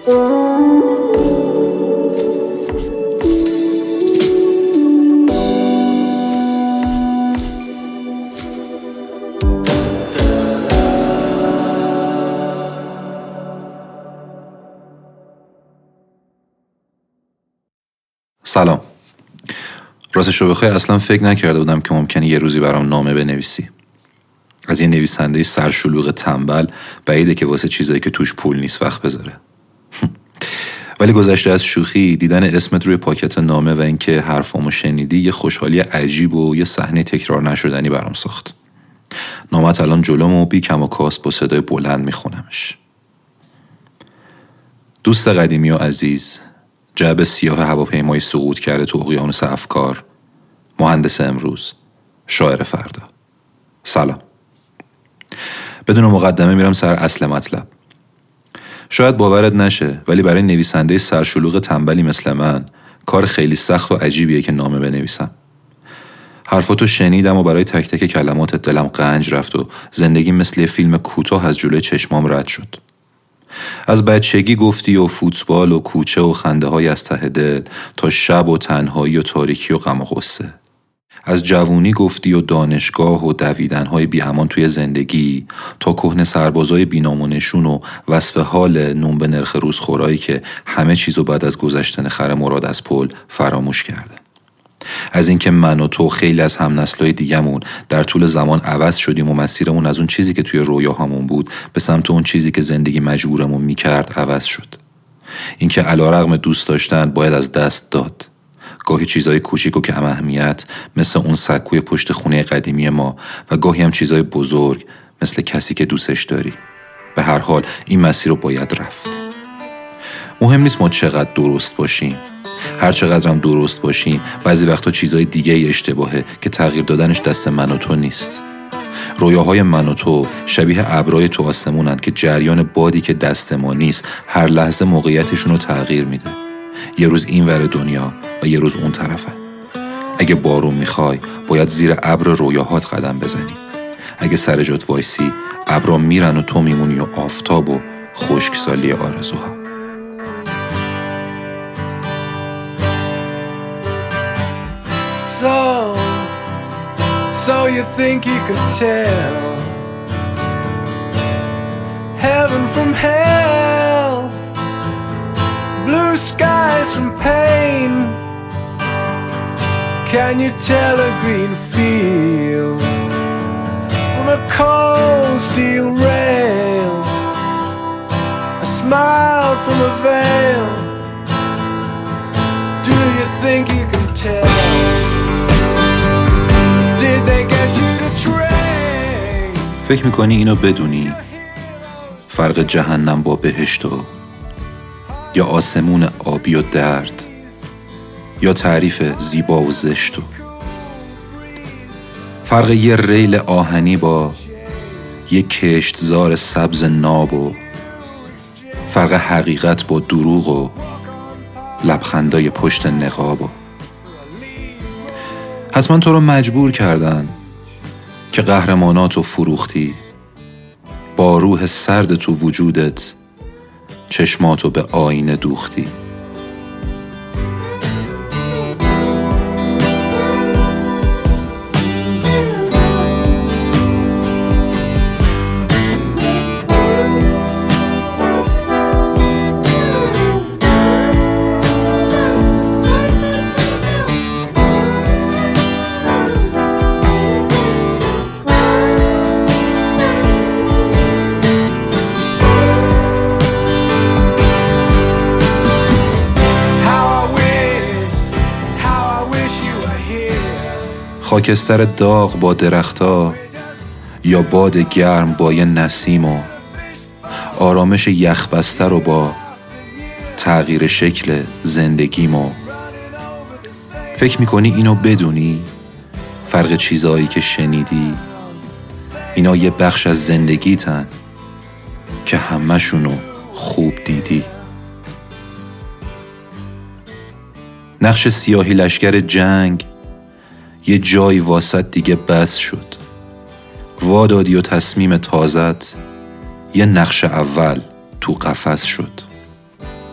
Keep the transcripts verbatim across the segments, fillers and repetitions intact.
سلام. راستش رو بخوای اصلا فکر نکرده بودم که ممکنه یه روزی برام نامه بنویسی. از یه نویسنده سرشلوغ تنبل بعیده که واسه چیزایی که توش پول نیست وقت بذاره. ولی گذشته از شوخی، دیدن اسمت روی پاکت نامه و اینکه حرفامو شنیدی یه خوشحالی عجیب و یه صحنه تکرار نشدنی برام ساخت. نامت الان جلوم و بی کم و کاست با صدای بلند میخونمش. دوست قدیمی و عزیز، جعبه سیاه هواپیمایی سقوط کرده تو اقیانوس افکار، مهندس امروز، شاعر فردا. سلام. بدون مقدمه میرم سر اصل مطلب. شاید باورت نشه، ولی برای نویسنده سرشلوغ تنبلی مثل من کار خیلی سخت و عجیبیه که نامه بنویسم. حرفاتو شنیدم و برای تک تک کلمات دلم قنج رفت و زندگی مثل یه فیلم کوتاه از جلوی چشمام رد شد. از بچگی گفتی و فوتبال و کوچه و خنده های از ته دل تا شب و تنهایی و تاریکی و غم و غصه. از جوونی گفتی و دانشگاه و دویدن های بی امان توی زندگی تا کهنه سربازای بینامونشون و وصف حال نون به نرخ روزخورایی که همه چیزو بعد از گذشتن خر مراد از پل فراموش کرده. از اینکه من و تو خیلی از هم نسلای دیگمون در طول زمان عوض شدیم و مسیرمون از اون چیزی که توی رویاهامون بود به سمت اون چیزی که زندگی مجبورمون میکرد عوض شد. اینکه علیرغم دوست داشتن باید از دست داد. گاهی چیزای کوچیک و که هم اهمیت مثل اون سکوی پشت خونه قدیمی ما و گاهی هم چیزای بزرگ مثل کسی که دوستش داری. به هر حال این مسیر رو باید رفت. مهم نیست ما چقدر درست باشیم. هر چقدر هم درست باشیم بعضی وقتا چیزای دیگه ای اشتباهه که تغییر دادنش دست من و تو نیست. رویاهای من و تو شبیه ابرای تو آسمونن که جریان بادی که دست ما نیست هر لحظه موقعیتشون رو تغییر میده. یه روز این ور دنیا و یه روز اون طرفه. اگه بارون میخوای باید زیر ابر رویاهات قدم بزنی. اگه سر جات وایسی ابرا میرن و تو میمونی و آفتاب و خشکسالی آرزوها. So, so you think you could tell heaven from hell, blue skies from pain. Can you tell a green field from a cold steel rail, a smile from a veil? Do you think you can tell? فکر میکنی اینو بدونی؟ فرق جهنم با بهشتو، یا آسمون آبی و درد، یا تعریف زیبا و زشتو؟ فرق یه ریل آهنی با یه کشتزار سبز ناب و فرق حقیقت با دروغ و لبخندای پشت نقاب و حتما تو رو مجبور کردن که قهرماناتو فروختی، با روح سرد تو وجودت چشماتو به آینه دوختی. خاکستر داغ با درختا یا باد گرم با یه نسیم و آرامش یخبسته رو با تغییر شکل زندگیمو. فکر میکنی اینو بدونی؟ فرق چیزایی که شنیدی اینا یه بخش از زندگیتن که همه‌شونو خوب دیدی. نقش سیاهی لشکر جنگ یه جایی واسط دیگه بس شد. وادادی و تصمیم تازت یه نقش اول تو قفس شد.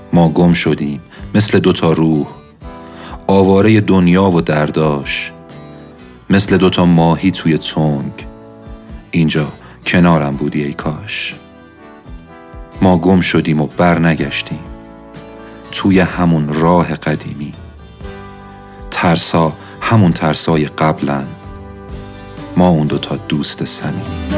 ما گم شدیم مثل دوتا روح، آواره دنیا و درداش، مثل دوتا ماهی توی تنگ، اینجا کنارم بودی ای کاش. ما گم شدیم و بر نگشتیم توی همون راه قدیمی، ترسا همون ترسای قبلن، ما اون دوتا دوست صمیمی.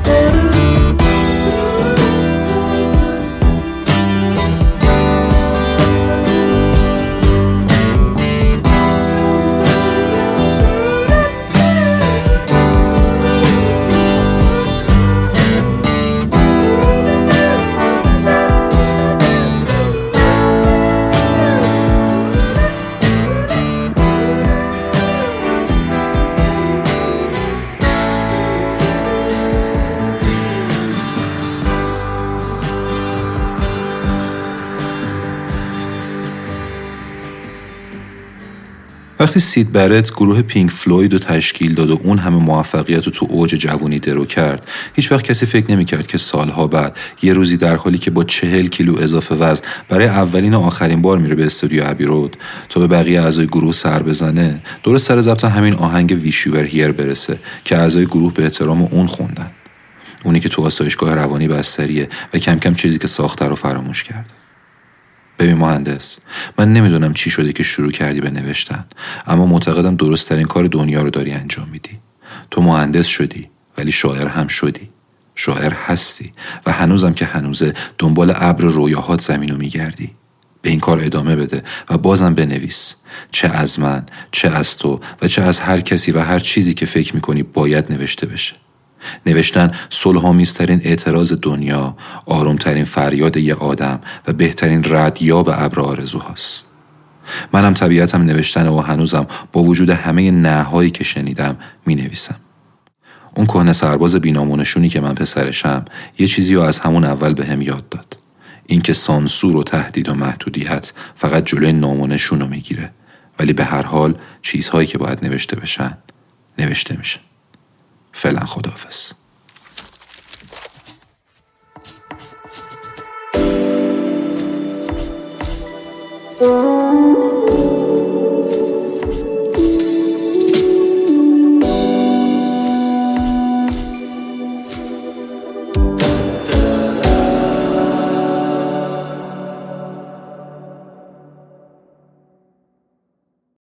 وقتی سید برت گروه پینک فلوید رو تشکیل داد و اون همه موفقیت رو تو اوج جوانی درو کرد، هیچ وقت کسی فکر نمی‌کرد که سالها بعد یه روزی در حالی که با چهل کیلو اضافه وزن برای اولین و آخرین بار میره به استودیو ابی رود تا به بقیه اعضای گروه سر بزنه، درست سر ضبط همین آهنگ ویش یو ور هیر برسه که اعضای گروه به احترام اون خوندن. اونی که تو آسایشگاه روانی بستریه و کم کم چیزی که ساخته رو فراموش کرد. ببین مهندس، من نمیدونم چی شده که شروع کردی به نوشتن، اما معتقدم درست ترین کار دنیا رو داری انجام میدی. تو مهندس شدی ولی شاعر هم شدی، شاعر هستی و هنوزم که هنوزه دنبال ابر رویاهات زمینو میگردی. به این کار ادامه بده و بازم بنویس، چه از من، چه از تو و چه از هر کسی و هر چیزی که فکر میکنی باید نوشته بشه. نوشتن صلح‌آمیزترین اعتراض دنیا، آرومترین فریاد یه آدم و بهترین ردیاب ابر آرزوهاست. منم طبیعتم نوشتن و هنوزم با وجود همه نهایی که شنیدم می نویسم. اون کهنه سرباز بینامونشونی که من پسرشم یه چیزی رو از همون اول به هم یاد داد. این که سانسور و تهدید و محدودیت فقط جلوی نامونشون رو میگیره، ولی به هر حال چیزهایی که باید نوشته بشن نوشته میشن. فعلا خداحافظ. Thank you.